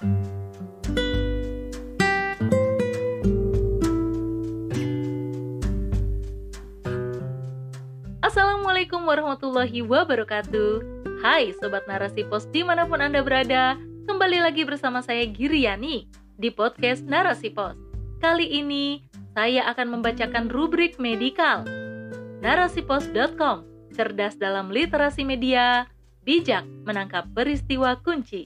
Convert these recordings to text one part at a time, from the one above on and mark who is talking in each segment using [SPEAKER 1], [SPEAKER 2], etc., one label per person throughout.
[SPEAKER 1] Assalamualaikum warahmatullahi wabarakatuh. Hai Sobat Narasi Pos dimanapun Anda berada, kembali lagi bersama saya Giriani di podcast Narasi Pos. Kali ini saya akan membacakan rubrik medikal. Narasipos.com, cerdas dalam literasi media, bijak menangkap peristiwa kunci.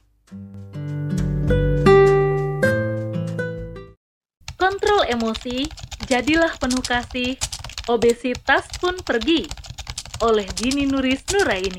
[SPEAKER 1] Kontrol emosi, jadilah penuh kasih, obesitas pun pergi. Oleh Dini Nuris Nuraini.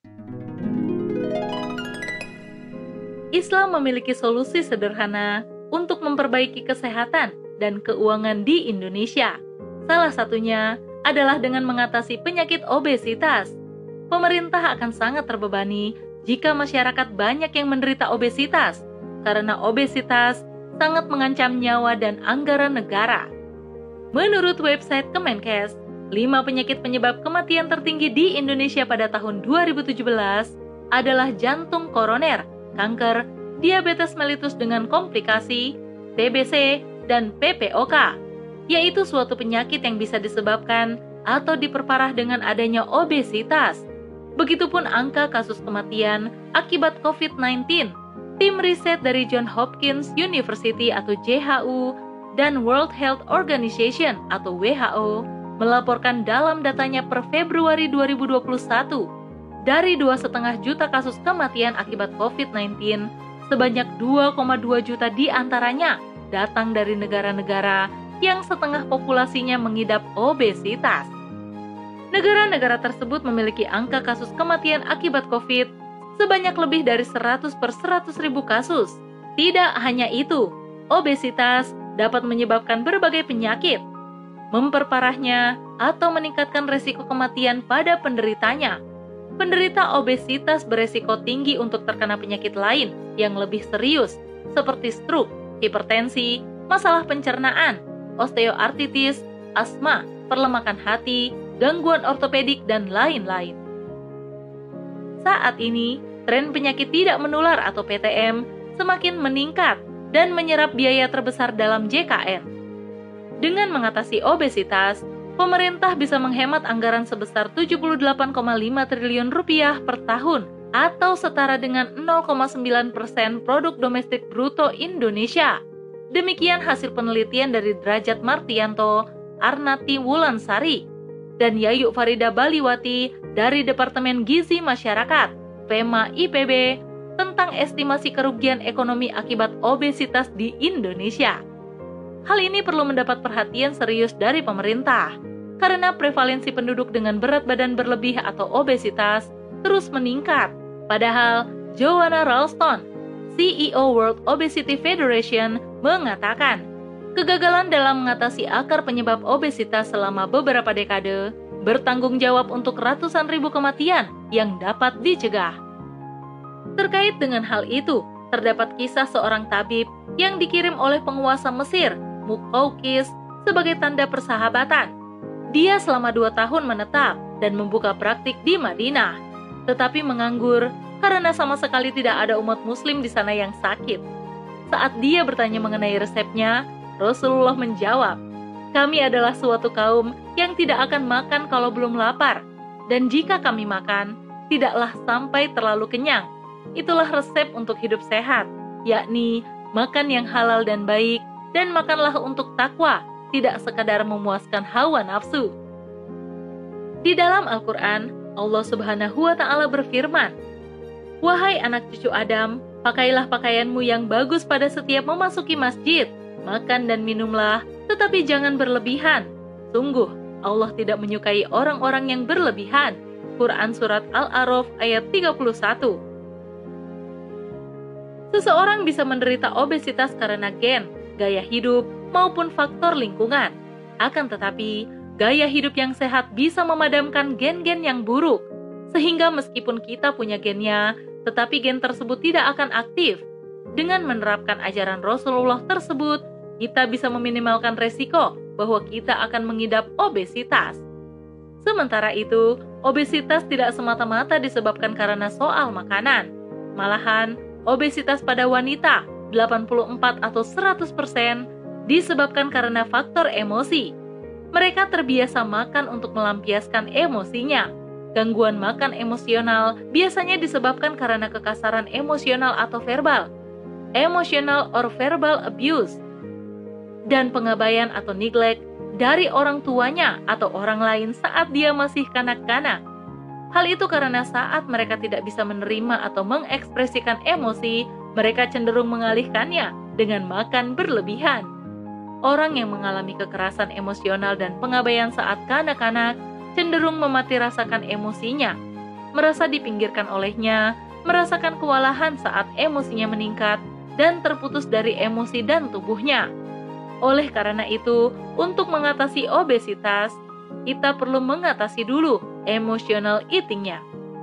[SPEAKER 1] Islam memiliki solusi sederhana untuk memperbaiki kesehatan dan keuangan di Indonesia. Salah satunya adalah dengan mengatasi penyakit obesitas. Pemerintah akan sangat terbebani jika masyarakat banyak yang menderita obesitas, karena obesitas sangat mengancam nyawa dan anggaran negara. Menurut website Kemenkes, 5 penyakit penyebab kematian tertinggi di Indonesia pada tahun 2017 adalah jantung koroner, kanker, diabetes mellitus dengan komplikasi, TBC, dan PPOK, yaitu suatu penyakit yang bisa disebabkan atau diperparah dengan adanya obesitas. Begitupun angka kasus kematian akibat COVID-19. Tim riset dari Johns Hopkins University atau JHU dan World Health Organization atau WHO melaporkan dalam datanya per Februari 2021, dari 2,5 juta kasus kematian akibat COVID-19, sebanyak 2,2 juta diantaranya datang dari negara-negara yang setengah populasinya mengidap obesitas. Negara-negara tersebut memiliki angka kasus kematian akibat COVID sebanyak lebih dari 100 per 100 ribu kasus. Tidak hanya itu, obesitas dapat menyebabkan berbagai penyakit, memperparahnya atau meningkatkan resiko kematian pada penderitanya. Penderita obesitas beresiko tinggi untuk terkena penyakit lain yang lebih serius, seperti stroke, hipertensi, masalah pencernaan, osteoartritis, asma, perlemakan hati, gangguan ortopedik, dan lain-lain. Saat ini, tren penyakit tidak menular atau PTM semakin meningkat dan menyerap biaya terbesar dalam JKN. Dengan mengatasi obesitas, pemerintah bisa menghemat anggaran sebesar 78,5 triliun rupiah per tahun atau setara dengan 0,9% produk domestik bruto Indonesia. Demikian hasil penelitian dari Derajat Martianto, Arnati Wulansari, dan Yayu Farida Baliwati dari Departemen Gizi Masyarakat, PEMA IPB, tentang estimasi kerugian ekonomi akibat obesitas di Indonesia. Hal ini perlu mendapat perhatian serius dari pemerintah, karena prevalensi penduduk dengan berat badan berlebih atau obesitas terus meningkat. Padahal, Joanna Ralston, CEO World Obesity Federation, mengatakan, kegagalan dalam mengatasi akar penyebab obesitas selama beberapa dekade bertanggung jawab untuk ratusan ribu kematian yang dapat dicegah. Terkait dengan hal itu, terdapat kisah seorang tabib yang dikirim oleh penguasa Mesir, Muqawqis, sebagai tanda persahabatan. Dia selama 2 tahun menetap dan membuka praktik di Madinah, tetapi menganggur karena sama sekali tidak ada umat muslim di sana yang sakit. Saat dia bertanya mengenai resepnya, Rasulullah menjawab, "Kami adalah suatu kaum yang tidak akan makan kalau belum lapar, dan jika kami makan, tidaklah sampai terlalu kenyang. Itulah resep untuk hidup sehat, yakni makan yang halal dan baik, dan makanlah untuk takwa, tidak sekadar memuaskan hawa nafsu." Di dalam Al-Quran, Allah Subhanahu wa Ta'ala berfirman, "Wahai anak cucu Adam, pakailah pakaianmu yang bagus pada setiap memasuki masjid, makan dan minumlah, tetapi jangan berlebihan. Sungguh, Allah tidak menyukai orang-orang yang berlebihan." Quran Surat Al-A'raf ayat 31. Seseorang bisa menderita obesitas karena gen, gaya hidup, maupun faktor lingkungan. Akan tetapi, gaya hidup yang sehat bisa memadamkan gen-gen yang buruk, sehingga meskipun kita punya gennya, tetapi gen tersebut tidak akan aktif. Dengan menerapkan ajaran Rasulullah tersebut, kita bisa meminimalkan resiko bahwa kita akan mengidap obesitas. Sementara itu, obesitas tidak semata-mata disebabkan karena soal makanan. Malahan, obesitas pada wanita 84 atau 100% disebabkan karena faktor emosi. Mereka terbiasa makan untuk melampiaskan emosinya. Gangguan makan emosional biasanya disebabkan karena kekasaran emosional atau verbal, emotional or verbal abuse, dan pengabaian atau neglect dari orang tuanya atau orang lain saat dia masih kanak-kanak. Hal itu karena saat mereka tidak bisa menerima atau mengekspresikan emosi, mereka cenderung mengalihkannya dengan makan berlebihan. Orang yang mengalami kekerasan emosional dan pengabaian saat kanak-kanak cenderung memati rasakan emosinya, merasa dipinggirkan olehnya, merasakan kewalahan saat emosinya meningkat, dan terputus dari emosi dan tubuhnya. Oleh karena itu, untuk mengatasi obesitas, kita perlu mengatasi dulu emotional eating-nya.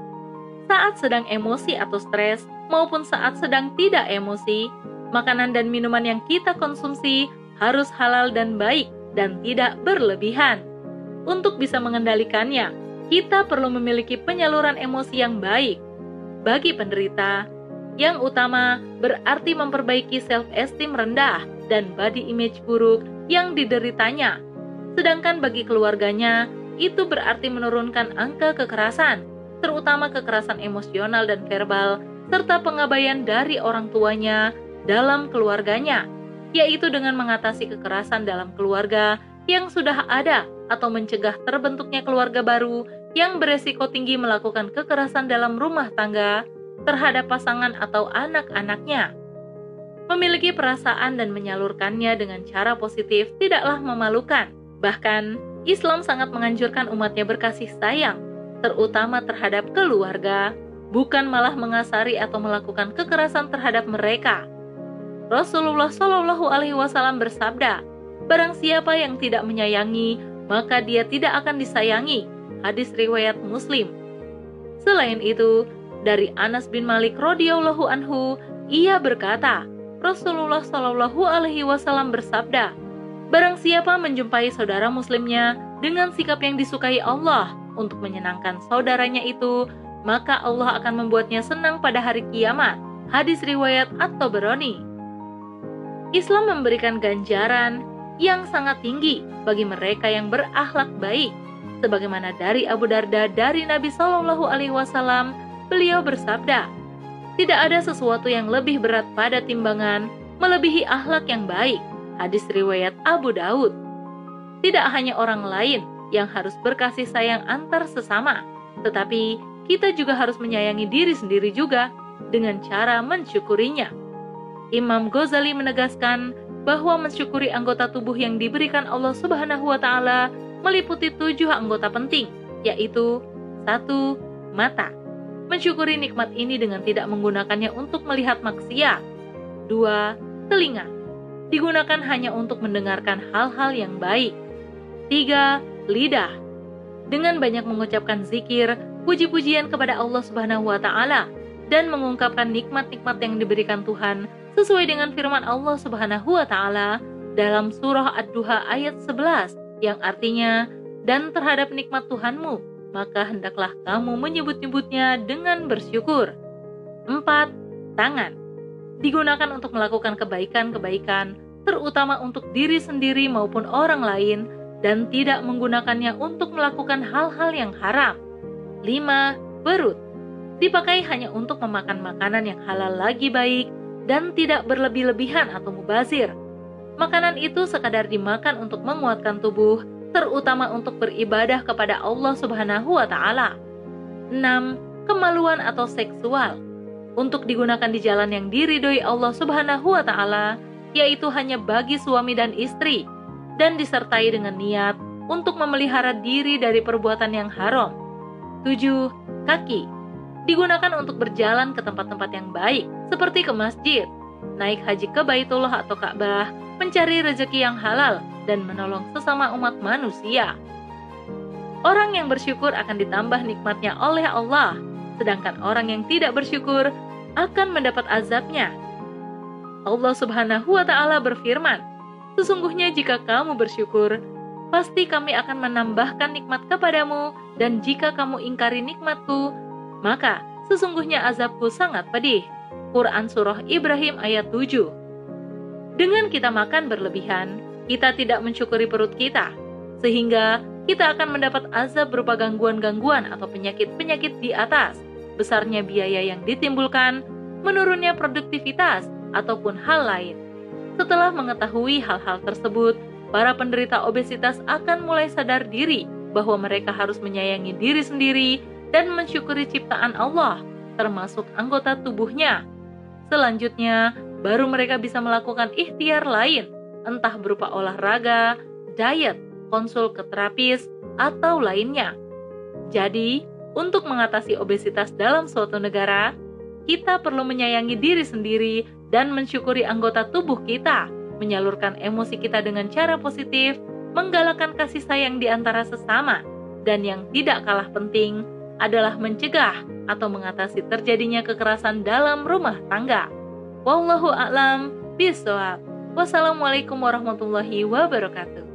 [SPEAKER 1] Saat sedang emosi atau stres, maupun saat sedang tidak emosi, makanan dan minuman yang kita konsumsi harus halal dan baik dan tidak berlebihan. Untuk bisa mengendalikannya, kita perlu memiliki penyaluran emosi yang baik. Bagi penderita, yang utama berarti memperbaiki self-esteem rendah dan body image buruk yang dideritanya. Sedangkan bagi keluarganya, itu berarti menurunkan angka kekerasan, terutama kekerasan emosional dan verbal, serta pengabaian dari orang tuanya dalam keluarganya, yaitu dengan mengatasi kekerasan dalam keluarga yang sudah ada atau mencegah terbentuknya keluarga baru yang beresiko tinggi melakukan kekerasan dalam rumah tangga terhadap pasangan atau anak-anaknya. Memiliki perasaan dan menyalurkannya dengan cara positif tidaklah memalukan. Bahkan, Islam sangat menganjurkan umatnya berkasih sayang, terutama terhadap keluarga, bukan malah mengasari atau melakukan kekerasan terhadap mereka. Rasulullah Shallallahu Alaihi Wasallam bersabda, "Barang siapa yang tidak menyayangi, maka dia tidak akan disayangi." Hadis riwayat Muslim. Selain itu, dari Anas bin Malik radhiyallahu anhu, ia berkata, Rasulullah Shallallahu Alaihi Wasallam bersabda, "Barang siapa menjumpai saudara muslimnya dengan sikap yang disukai Allah untuk menyenangkan saudaranya itu, maka Allah akan membuatnya senang pada hari kiamat." Hadis riwayat At-Tabarani. Islam memberikan ganjaran yang sangat tinggi bagi mereka yang berakhlak baik. Sebagaimana dari Abu Darda dari Nabi Shallallahu Alaihi Wasallam, beliau bersabda, "Tidak ada sesuatu yang lebih berat pada timbangan melebihi akhlak yang baik." Hadis riwayat Abu Daud. Tidak hanya orang lain yang harus berkasih sayang antar sesama, tetapi kita juga harus menyayangi diri sendiri juga dengan cara mensyukurinya. Imam Ghazali menegaskan bahwa mensyukuri anggota tubuh yang diberikan Allah Subhanahu wa Ta'ala meliputi 7 anggota penting, yaitu 1. Mata. Mensyukuri nikmat ini dengan tidak menggunakannya untuk melihat maksiat. 2. Telinga. Digunakan hanya untuk mendengarkan hal-hal yang baik. 3. Lidah. Dengan banyak mengucapkan zikir, puji-pujian kepada Allah Subhanahu wa Ta'ala dan mengungkapkan nikmat-nikmat yang diberikan Tuhan sesuai dengan firman Allah Subhanahu wa Ta'ala dalam surah Ad-Duha ayat 11 yang artinya, "Dan terhadap nikmat Tuhanmu, maka hendaklah kamu menyebut-nyebutnya dengan bersyukur." 4. Tangan. Digunakan untuk melakukan kebaikan-kebaikan, terutama untuk diri sendiri maupun orang lain, dan tidak menggunakannya untuk melakukan hal-hal yang haram. 5. Perut. Dipakai hanya untuk memakan makanan yang halal lagi baik, dan tidak berlebih-lebihan atau mubazir. Makanan itu sekadar dimakan untuk menguatkan tubuh, terutama untuk beribadah kepada Allah Subhanahu wa Ta'ala. 6. Kemaluan atau seksual. Untuk digunakan di jalan yang diridhoi Allah Subhanahu wa Ta'ala, yaitu hanya bagi suami dan istri, dan disertai dengan niat untuk memelihara diri dari perbuatan yang haram. 7. Kaki. Digunakan untuk berjalan ke tempat-tempat yang baik, seperti ke masjid, naik haji ke Baitullah atau Ka'bah, mencari rezeki yang halal, dan menolong sesama umat manusia. Orang yang bersyukur akan ditambah nikmatnya oleh Allah, sedangkan orang yang tidak bersyukur akan mendapat azabnya. Allah Subhanahu wa Ta'ala berfirman, "Sesungguhnya jika kamu bersyukur, pasti kami akan menambahkan nikmat kepadamu, dan jika kamu ingkari nikmatku, maka sesungguhnya azabku sangat pedih." Quran Surah Ibrahim ayat 7. Dengan kita makan berlebihan, kita tidak mensyukuri perut kita, sehingga kita akan mendapat azab berupa gangguan-gangguan atau penyakit-penyakit di atas, besarnya biaya yang ditimbulkan, menurunnya produktivitas, ataupun hal lain. Setelah mengetahui hal-hal tersebut, para penderita obesitas akan mulai sadar diri bahwa mereka harus menyayangi diri sendiri dan mensyukuri ciptaan Allah, termasuk anggota tubuhnya. Selanjutnya, baru mereka bisa melakukan ikhtiar lain, entah berupa olahraga, diet, konsul ke terapis, atau lainnya. Jadi, untuk mengatasi obesitas dalam suatu negara, kita perlu menyayangi diri sendiri dan mensyukuri anggota tubuh kita, menyalurkan emosi kita dengan cara positif, menggalakkan kasih sayang di antara sesama, dan yang tidak kalah penting adalah mencegah atau mengatasi terjadinya kekerasan dalam rumah tangga. Wallahu a'lam bishawab. Wassalamualaikum warahmatullahi wabarakatuh.